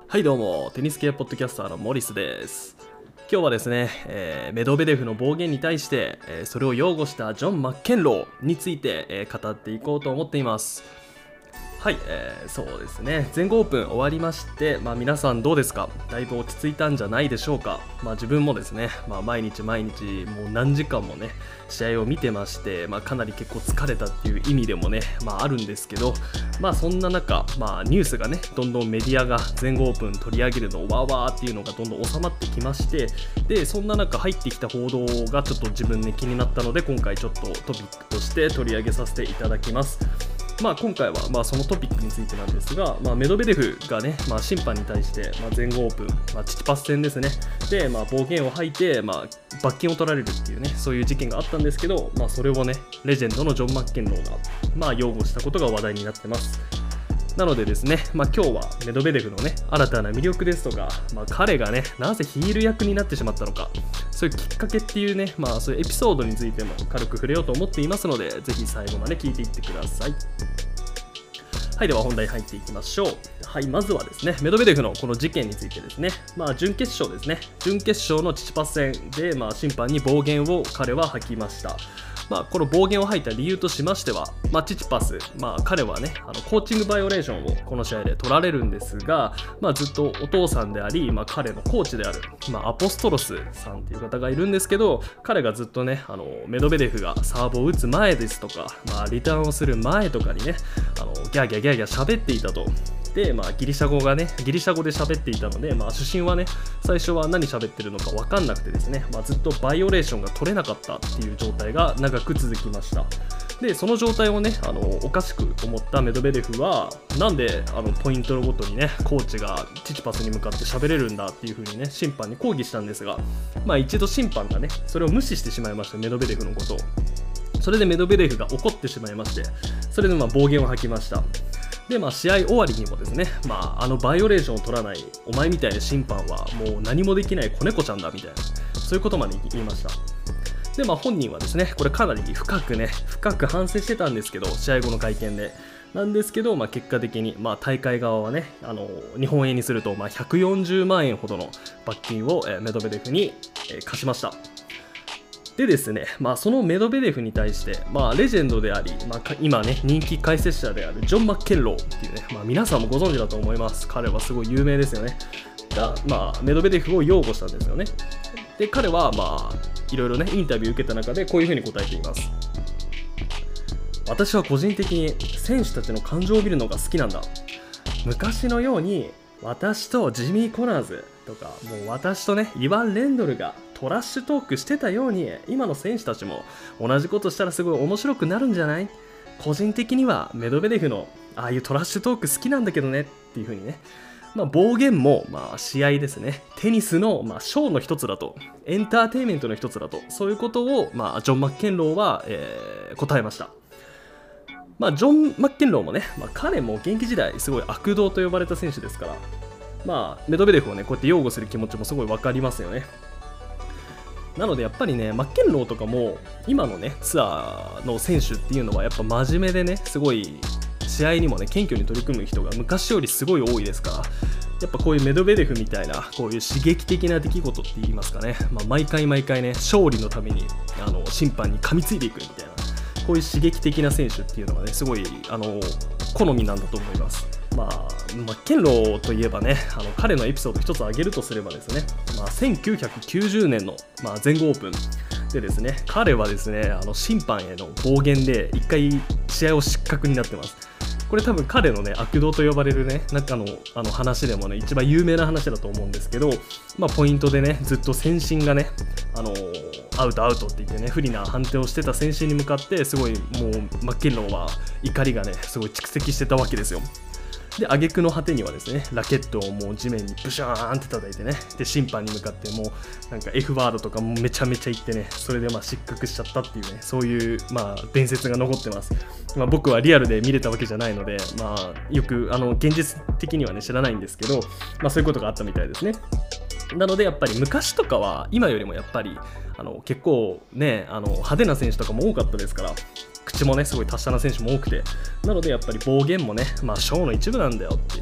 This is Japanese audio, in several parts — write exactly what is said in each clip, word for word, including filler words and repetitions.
はいどうも、テニス系ポッドキャスターのモリスです。今日はですね、えー、メドベデフの暴言に対して、えー、それを擁護したジョン・マッケンローについて、えー、語っていこうと思っています。はい、えー、そうですね、全豪オープン終わりまして、まあ、皆さんどうですか？だいぶ落ち着いたんじゃないでしょうか。まあ、自分もですね、まあ、毎日毎日もう何時間もね試合を見てまして、まあ、かなり結構疲れたっていう意味でもね、まあ、あるんですけど、まあそんな中、まあ、ニュースがねどんどんメディアが全豪オープン取り上げるのをわーわーっていうのがどんどん収まってきまして、でそんな中入ってきた報道がちょっと自分ね気になったので、今回ちょっとトピックとして取り上げさせていただきます。まあ、今回はまあそのトピックについてなんですが、まあ、メドベデフがね、まあ、審判に対してまあ全豪オープン、まあ、チチパス戦ですねで、まあ、暴言を吐いてまあ罰金を取られるっていうね、そういう事件があったんですけど、まあ、それをねレジェンドのジョン・マッケンローがまあ擁護したことが話題になってます。なのでですね、まあ、今日はメドベデフのね新たな魅力ですとか、まあ、彼がねなぜヒール役になってしまったのか、そういうきっかけっていうね、まあそういうエピソードについても軽く触れようと思っていますので、ぜひ最後まで聞いていってください。はい、では本題入っていきましょう。はい、まずはですね、メドベデフのこの事件についてですね、まあ準決勝ですね、準決勝のチチパス戦で、まあ、審判に暴言を彼は吐きました。まあ、この暴言を吐いた理由としましては、まあ、チチパス、まあ、彼はねあのコーチングバイオレーションをこの試合で取られるんですが、まあ、ずっとお父さんであり、まあ、彼のコーチである、まあ、アポストロスさんという方がいるんですけど、彼がずっとねあのメドベデフがサーブを打つ前ですとか、まあ、リターンをする前とかにねあのギャーギャーギャーギャー喋っていたと。で、まあ、ギリシャ語がねギリシャ語で喋っていたので、まあ、主審はね最初は何喋ってるのか分かんなくてですね、まあ、ずっとバイオレーションが取れなかったっていう状態が長く続きました。でその状態をねあのおかしく思ったメドベデフは、なんであのポイントのごとにねコーチがチチパスに向かって喋れるんだっていう風にね審判に抗議したんですが、まあ、一度審判がねそれを無視してしまいました、メドベデフのことを。それでメドベデフが怒ってしまいまして、それでまあ暴言を吐きました。でまあ、試合終わりにもですね、まあ、あのバイオレーションを取らないお前みたいな審判はもう何もできない子猫ちゃんだみたいな、そういうことまで言いました。でまあ本人はですねこれかなり深くね深く反省してたんですけど、試合後の会見でなんですけど、まあ、結果的に、まあ、大会側はねあの日本円にすると、まあ、ひゃくよんじゅうまんえんほどの罰金を、えー、メドベデフに、えー、課しました。でですね、まあ、そのメドベデフに対して、まあ、レジェンドであり、まあ、今ね人気解説者であるジョン・マッケンローっていうね、まあ、皆さんもご存知だと思います。彼はすごい有名ですよね。が、まあ、メドベデフを擁護したんですよね。で彼はまあいろいろねインタビュー受けた中でこういうふうに答えています。私は個人的に選手たちの感情を見るのが好きなんだ。昔のように私とジミー・コナーズとか、もう私とねイワン・レンドルがトラッシュトークしてたように、今の選手たちも同じことしたらすごい面白くなるんじゃない？個人的にはメドベデフのああいうトラッシュトーク好きなんだけどねっていう風にね、まあ、暴言もまあ試合ですね、テニスのまあショーの一つだと、エンターテインメントの一つだと、そういうことをまあジョン・マッケンローは、えー、答えました。まあ、ジョン・マッケンローもね、まあ、彼も現役時代すごい悪童と呼ばれた選手ですから、まあ、メドベデフをねこうやって擁護する気持ちもすごい分かりますよね。なのでやっぱりねマッケンローとかも今のねツアーの選手っていうのはやっぱ真面目でね、すごい試合にもね謙虚に取り組む人が昔よりすごい多いですから、やっぱこういうメドベデフみたいなこういう刺激的な出来事って言いますかね、まあ、毎回毎回ね勝利のためにあの審判に噛みついていくみたいな、こういう刺激的な選手っていうのはねすごいあの好みなんだと思います。まあ、マッケンローといえばね、あの彼のエピソード一つ挙げるとすればですね、まあ、せんきゅうひゃくきゅうじゅうねんの、まあ、全豪オープンでですね、彼はですねあの審判への暴言で一回試合を失格になってます。これ多分彼のね悪童と呼ばれるね中のあの話でもね一番有名な話だと思うんですけど、まあ、ポイントでねずっと先進がねあのアウトアウトって言ってね不利な判定をしてた先進に向かってすごいもうマッケンローは怒りがねすごい蓄積してたわけですよ。で挙句の果てにはですねラケットをもう地面にブシャーンって叩いてね、で審判に向かってもうなんか F ワードとかもめちゃめちゃ言ってね、それでまあ失格しちゃったっていうね、そういうまあ伝説が残ってます。まあ、僕はリアルで見れたわけじゃないので、まあ、よくあの現実的にはね知らないんですけど、まあ、そういうことがあったみたいですね。なのでやっぱり昔とかは今よりもやっぱりあの結構ねあの派手な選手とかも多かったですから、口もねすごい達者な選手も多くて、なのでやっぱり暴言もね、まあショーの一部なんだよって、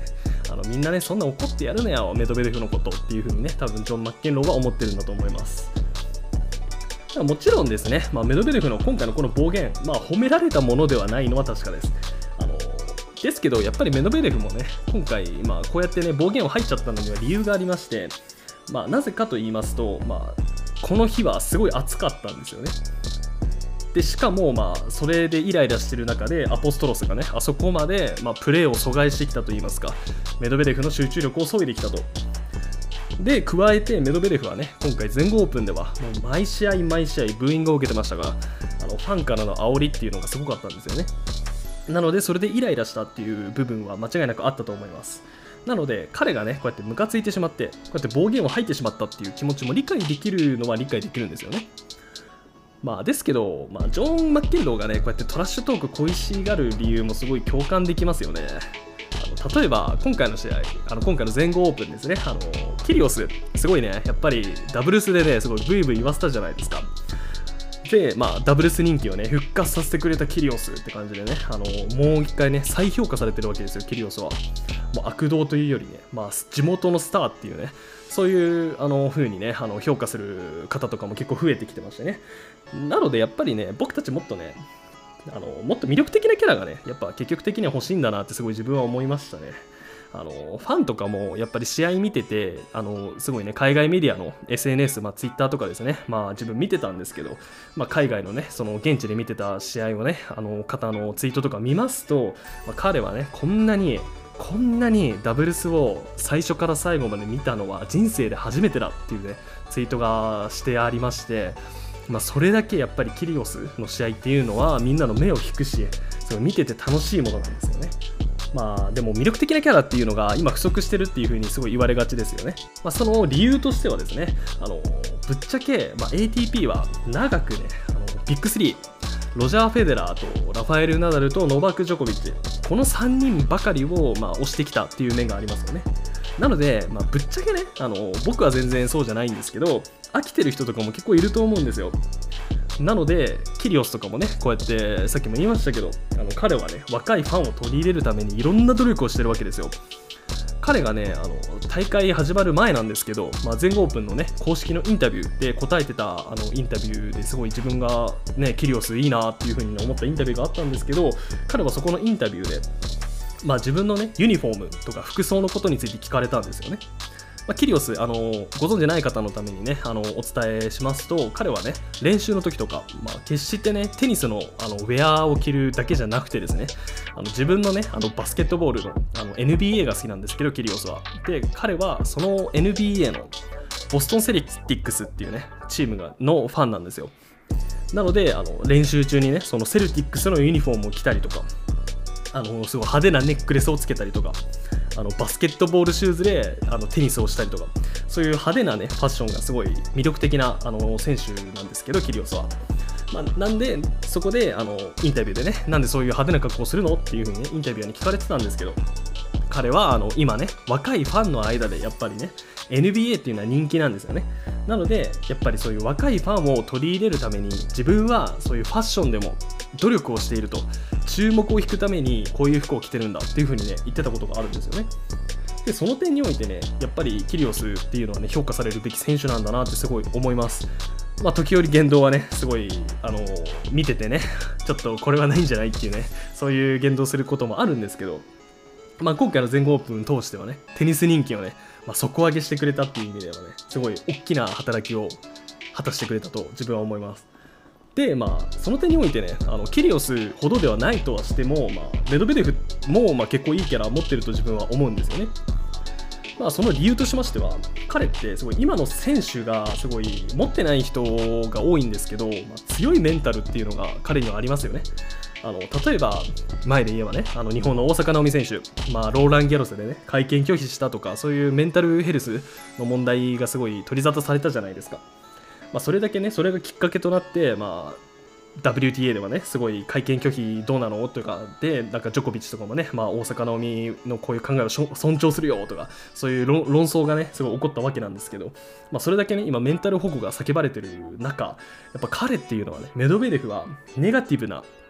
あのみんなねそんな怒ってやるなよメドベデフのことっていう風にね多分ジョン・マッケンローは思ってるんだと思います。もちろんですね、まあ、メドベデフの今回のこの暴言、まあ、褒められたものではないのは確かです。あのですけどやっぱりメドベデフもね今回、まあ、こうやってね暴言を吐いちゃったのには理由がありまして、まあ、なぜかと言いますと、まあ、この日はすごい暑かったんですよね。でしかもまあそれでイライラしてる中でアポストロスがねあそこまでまあプレーを阻害してきたといいますか、メドベデフの集中力を削いできたと。で加えてメドベデフはね今回全豪オープンではもう毎試合毎試合ブーイングを受けてましたが、あのファンからの煽りっていうのがすごかったんですよね。なのでそれでイライラしたっていう部分は間違いなくあったと思います。なので彼がねこうやってムカついてしまってこうやって暴言を吐いてしまったっていう気持ちも理解できるのは理解できるんですよね。まあですけど、まあ、ジョン・マッケンローがねこうやってトラッシュトーク恋しがる理由もすごい共感できますよね。あの例えば今回の試合、あの今回の全豪オープンですね、あのキリオスすごいねやっぱりダブルスでねすごいブイブイ言わせたじゃないですか。で、まあ、ダブルス人気をね復活させてくれたキリオスって感じでね、あのもう一回ね再評価されてるわけですよ。キリオスはもう悪童というよりね、まあ、地元のスターっていうねそういうあの風にねあの評価する方とかも結構増えてきてましてね。なのでやっぱりね僕たちもっとねあのもっと魅力的なキャラがねやっぱ結局的には欲しいんだなってすごい自分は思いましたね。あのファンとかもやっぱり試合見ててあのすごいね海外メディアの エスエヌエス、まあ、Twitter とかですね、まあ、自分見てたんですけど、まあ、海外のねその現地で見てた試合をねあの方のツイートとか見ますと、まあ、彼はねこんなにこんなにダブルスを最初から最後まで見たのは人生で初めてだっていうねツイートがしてありまして、まあ、それだけやっぱりキリオスの試合っていうのはみんなの目を引くしそれ見てて楽しいものなんですよね。まあでも魅力的なキャラっていうのが今不足してるっていう風にすごい言われがちですよね。まあ、その理由としてはですねあのぶっちゃけ、まあ、エーティーピー は長くねあのビッグスリーロジャー・フェデラーとラファエル・ナダルとノバク・ジョコビッチこのさんにんばかりを、まあ、推してきたっていう面がありますよね。なので、まあ、ぶっちゃけねあの僕は全然そうじゃないんですけど飽きてる人とかも結構いると思うんですよ。なのでキリオスとかもねこうやってさっきも言いましたけどあの彼はね若いファンを取り入れるためにいろんな努力をしてるわけですよ。彼がねあの大会始まる前なんですけど、まあ、全豪オープンのね公式のインタビューで答えてたあのインタビューですごい自分がねキリオスいいなっていう風に思ったインタビューがあったんですけど、彼はそこのインタビューで、まあ、自分のねユニフォームとか服装のことについて聞かれたんですよね。まあ、キリオスあのご存じない方のためにねあのお伝えしますと彼はね練習の時とか、まあ、決してねテニスのあのウェアを着るだけじゃなくてですねあの自分のねあのバスケットボールの、あの エヌビーエー が好きなんですけどキリオスはで彼はその エヌビーエー のボストンセルティックスっていうねチームがのファンなんですよ。なのであの練習中にねそのセルティックスのユニフォームを着たりとかあのすごい派手なネックレスをつけたりとかあのバスケットボールシューズであのテニスをしたりとかそういう派手な、ね、ファッションがすごい魅力的なあの選手なんですけどキリオスは、まあ、なんでそこであのインタビューでねなんでそういう派手な格好をするのっていう風に、ね、インタビューに聞かれてたんですけど彼はあの今ね若いファンの間でやっぱりね エヌビーエー っていうのは人気なんですよね。なのでやっぱりそういう若いファンを取り入れるために自分はそういうファッションでも努力をしていると注目を引くためにこういう服を着てるんだっていう風にね言ってたことがあるんですよね。でその点においてねやっぱりキリオスっていうのはね評価されるべき選手なんだなってすごい思います。まあ時折言動はねすごいあの見ててねちょっとこれはないんじゃないっていうねそういう言動することもあるんですけど、まあ、今回の全豪オープン通してはねテニス人気をね、まあ、底上げしてくれたっていう意味ではねすごい大きな働きを果たしてくれたと自分は思います。でまあその点においてねあのキリオスほどではないとはしても、まあ、メドベデフも、まあ、結構いいキャラ持ってると自分は思うんですよね。まあ、その理由としましては彼ってすごい今の選手がすごい持ってない人が多いんですけど、まあ、強いメンタルっていうのが彼にはありますよね。あの例えば前で言えばねあの日本の大坂なおみ選手、まあ、ローラン・ギャロスでね会見拒否したとかそういうメンタルヘルスの問題がすごい取り沙汰されたじゃないですか。まあ、それだけねそれがきっかけとなって、まあ、ダブリューティーエー ではねすごい会見拒否どうなのとかでなんかジョコビッチとかもね、まあ、大坂なおみのこういう考えを尊重するよとかそういう論争がねすごい起こったわけなんですけど、まあ、それだけね今メンタル保護が叫ばれてる中やっぱ彼っていうのはねメドベデフはネガティブな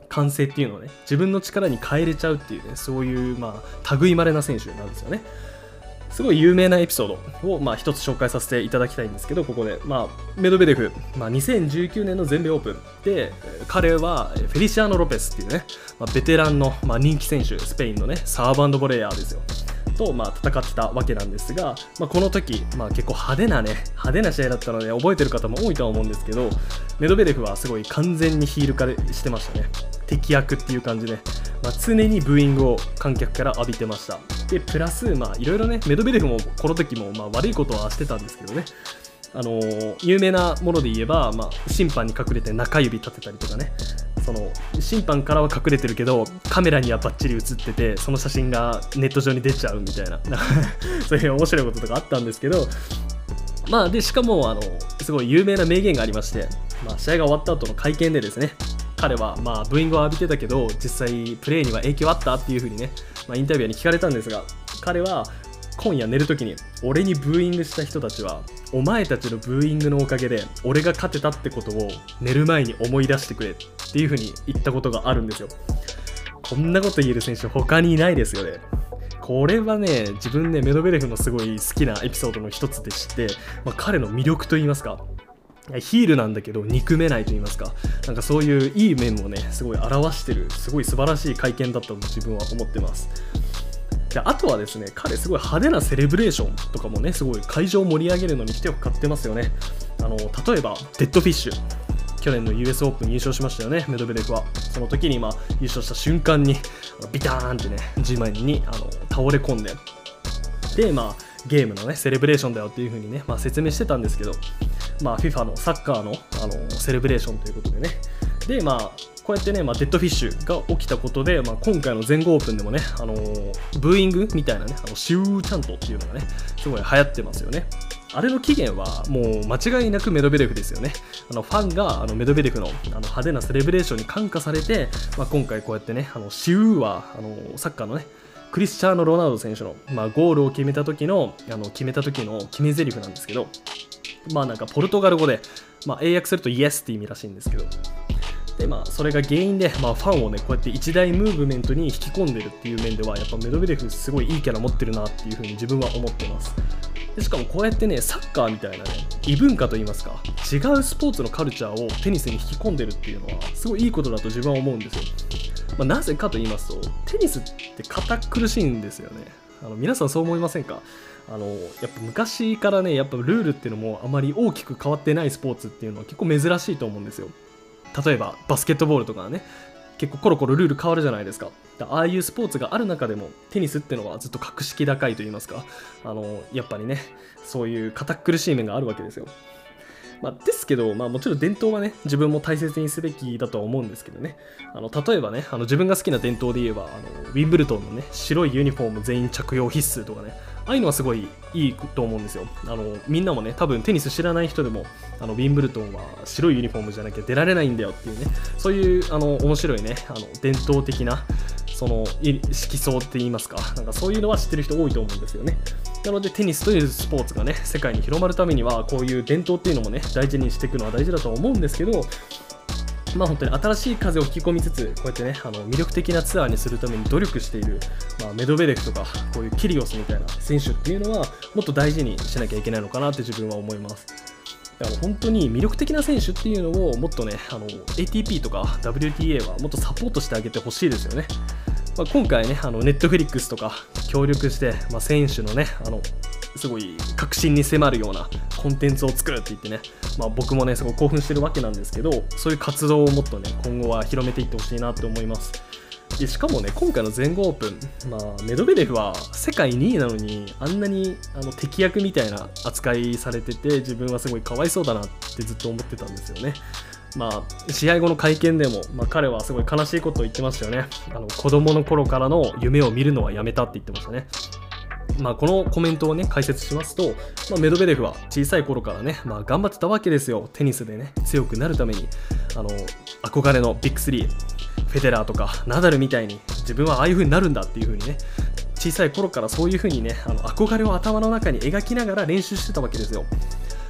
完成っていうのをね自分の力に変えれちゃうっていうね、そういうまあ類まれな選手なんですよね。すごい有名なエピソードをまあ一つ紹介させていただきたいんですけど、ここで、まあ、メドベデフ、まあ、にせんじゅうきゅうねんの全米オープンで彼はフェリシアーノ・ロペスっていうね、まあ、ベテランのまあ人気選手、スペインのねサーブ&ボレーヤーですよとまあ戦ってたわけなんですが、まあ、この時、まあ、結構派手なね派手な試合だったので覚えてる方も多いとは思うんですけど、メドベデフはすごい完全にヒール化してましたね。敵役っていう感じで、まあ、常にブーイングを観客から浴びてました。でプラスまあいろいろねメドベデフもこの時もまあ悪いことはしてたんですけどね、あのー、有名なもので言えば、まあ、審判に隠れて中指立てたりとかね、その審判からは隠れてるけどカメラにはバッチリ映っててその写真がネット上に出ちゃうみたいなそういう面白いこととかあったんですけど、まあでしかもあのすごい有名な名言がありまして、まあ、試合が終わった後の会見でですね、彼はまあブーイングを浴びてたけど実際プレーには影響あったっていう風にね、まあ、インタビューに聞かれたんですが、彼は今夜寝るときに俺にブーイングした人たちはお前たちのブーイングのおかげで俺が勝てたってことを寝る前に思い出してくれっていう風に言ったことがあるんですよ。こんなこと言える選手他にいないですよね。これはね自分ねメドベデフのすごい好きなエピソードの一つでして、まあ、彼の魅力と言いますか、ヒールなんだけど憎めないと言いますか、なんかそういういい面もねすごい表してるすごい素晴らしい会見だったと自分は思ってます。であとはですね、彼すごい派手なセレブレーションとかもねすごい会場を盛り上げるのに手を買ってますよね。あの例えばデッドフィッシュ、去年の ユーエス オープン優勝しましたよね、メドベデフは。その時にまあ優勝した瞬間にビターンってね地面にあの倒れ込んで、でまあゲームのねセレブレーションだよっていう風にね、まあ、説明してたんですけど、まあ、FIFA のサッカーの、あのセレブレーションということでね、でまあこうやってね、まあ、デッドフィッシュが起きたことで、まあ、今回の全豪オープンでもね、あのー、ブーイングみたいなね、あのシューチャントっていうのがねすごい流行ってますよね。あれの起源はもう間違いなくメドベデフですよね。あのファンがあのメドベデフの、あの派手なセレブレーションに感化されて、まあ、今回こうやってね、あのシューはあのサッカーのねクリスチャーノ・ロナウド選手の、まあ、ゴールを決めた時のあの決めた時の決め台詞なんですけど、まあなんかポルトガル語で、まあ、英訳するとイエスって意味らしいんですけど、でまあそれが原因で、まあ、ファンをねこうやって一大ムーブメントに引き込んでるっていう面ではやっぱメドベデフすごいいいキャラ持ってるなっていう風に自分は思ってます。でしかもこうやってねサッカーみたいなね異文化といいますか違うスポーツのカルチャーをテニスに引き込んでるっていうのはすごいいいことだと自分は思うんですよ。まあ、なぜかと言いますとテニスって堅苦しいんですよね。あの皆さんそう思いませんか？あのやっぱ昔からねやっぱルールっていうのもあまり大きく変わってないスポーツっていうのは結構珍しいと思うんですよ。例えばバスケットボールとかはね結構コロコロルール変わるじゃないですか。ああいうスポーツがある中でもテニスっていうのはずっと格式高いと言いますか、あのやっぱりねそういう堅苦しい面があるわけですよ。まあ、ですけど、まあ、もちろん伝統はね自分も大切にすべきだとは思うんですけどね、あの例えばねあの自分が好きな伝統で言えばあのウィンブルドンのね白いユニフォーム全員着用必須とかね、ああいうのはすごいいいと思うんですよ。あのみんなもね多分テニス知らない人でもあのウィンブルドンは白いユニフォームじゃなきゃ出られないんだよっていうね、そういうあの面白いねあの伝統的なその色相って言いますか、なんかそういうのは知ってる人多いと思うんですよね。なのでテニスというスポーツがね世界に広まるためにはこういう伝統っていうのもね大事にしていくのは大事だと思うんですけど、まあ本当に新しい風を引き込みつつこうやってねあの魅力的なツアーにするために努力している、まあ、メドベデフとかこういうキリオスみたいな選手っていうのはもっと大事にしなきゃいけないのかなって自分は思います。だから本当に魅力的な選手っていうのをもっとねあの エーティーピー とか ダブリューティーエー はもっとサポートしてあげてほしいですよね。まあ、今回ねあのネットフリックスとか協力して、まあ、選手のねあのすごい確信に迫るようなコンテンツを作るって言ってね、まあ、僕もねすごい興奮してるわけなんですけど、そういう活動をもっとね今後は広めていってほしいなって思います。でしかもね今回の全豪オープン、まあ、メドベデフは世界にいなのにあんなにあの敵役みたいな扱いされてて自分はすごいかわいそうだなってずっと思ってたんですよね。まあ、試合後の会見でも、まあ、彼はすごい悲しいことを言ってましたよね。あの子供の頃からの夢を見るのはやめたって言ってましたね。まあ、このコメントをね解説しますと、まあ、メドベデフは小さい頃からね、まあ、頑張ってたわけですよ。テニスでね強くなるためにあの憧れのビッグスリーフェデラーとかナダルみたいに自分はああいう風になるんだっていう風にね小さい頃からそういう風にねあの憧れを頭の中に描きながら練習してたわけですよ。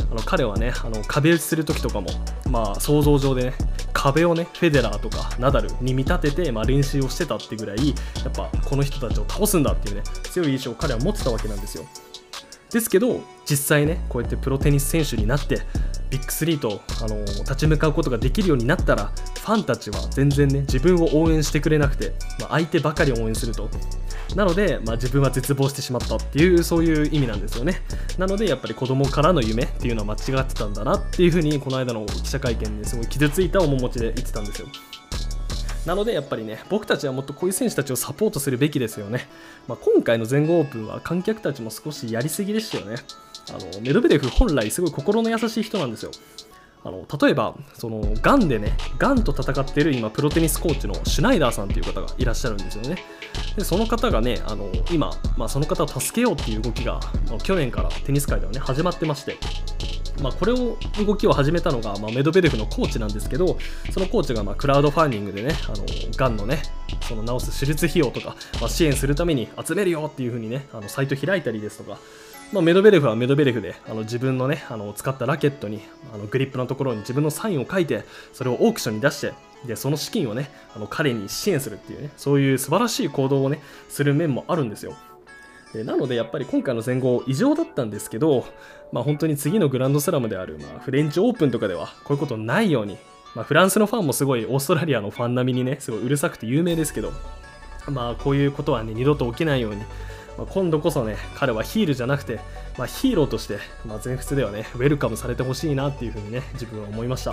あの彼はねあの壁打ちする時とかも、まあ、想像上でね壁をねフェデラーとかナダルに見立てて、まあ、練習をしてたってぐらいやっぱこの人たちを倒すんだっていうね強い意志を彼は持ってたわけなんですよ。ですけど実際ねこうやってプロテニス選手になってビッグスリーと、あのー立ち向かうことができるようになったらファンたちは全然ね自分を応援してくれなくて、まあ、相手ばかり応援するとなので、まあ、自分は絶望してしまったっていうそういう意味なんですよね。なのでやっぱり子供からの夢っていうのは間違ってたんだなっていうふうにこの間の記者会見ですごい傷ついた面持ちで言ってたんですよ。なのでやっぱりね僕たちはもっとこういう選手たちをサポートするべきですよね。まあ、今回の全豪オープンは観客たちも少しやりすぎでしたよね。あのメドベデフ本来すごい心の優しい人なんですよ。あの例えばそのガンでねガンと戦っている今プロテニスコーチのシュナイダーさんという方がいらっしゃるんですよね。でその方がねあの今、まあ、その方を助けようっていう動きが去年からテニス界ではね始まってまして、まあ、これを動きを始めたのが、まあ、メドベデフのコーチなんですけど、そのコーチがまあクラウドファンディングでねあのガンのねその治す手術費用とか、まあ、支援するために集めるよっていう風にねあのサイト開いたりですとか、まあ、メドベレフはメドベレフであの自分のねあの使ったラケットにあのグリップのところに自分のサインを書いてそれをオークションに出してでその資金をねあの彼に支援するっていうねそういう素晴らしい行動をねする面もあるんですよ。でなのでやっぱり今回の全豪異常だったんですけど、まあ、本当に次のグランドスラムである、まあ、フレンチオープンとかではこういうことないように、まあ、フランスのファンもすごいオーストラリアのファン並みにねすごいうるさくて有名ですけど、まあこういうことはね二度と起きないように、まあ、今度こそね彼はヒールじゃなくて、まあ、ヒーローとして、まあ、全仏ではねウェルカムされてほしいなっていうふうにね自分は思いました。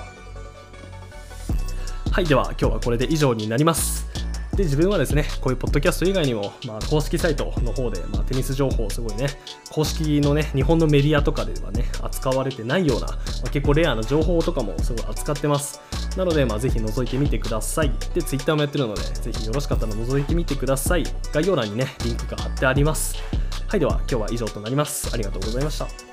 はい、では今日はこれで以上になります。で自分はですねこういうポッドキャスト以外にも、まあ、公式サイトの方で、まあ、テニス情報をすごいね公式のね日本のメディアとかではね扱われてないような、まあ、結構レアな情報とかもすごい扱ってます。なので、まあ、ぜひ覗いてみてください。で Twitter もやってるのでぜひよろしかったら覗いてみてください。概要欄にねリンクが貼ってあります。はい、では今日は以上となります。ありがとうございました。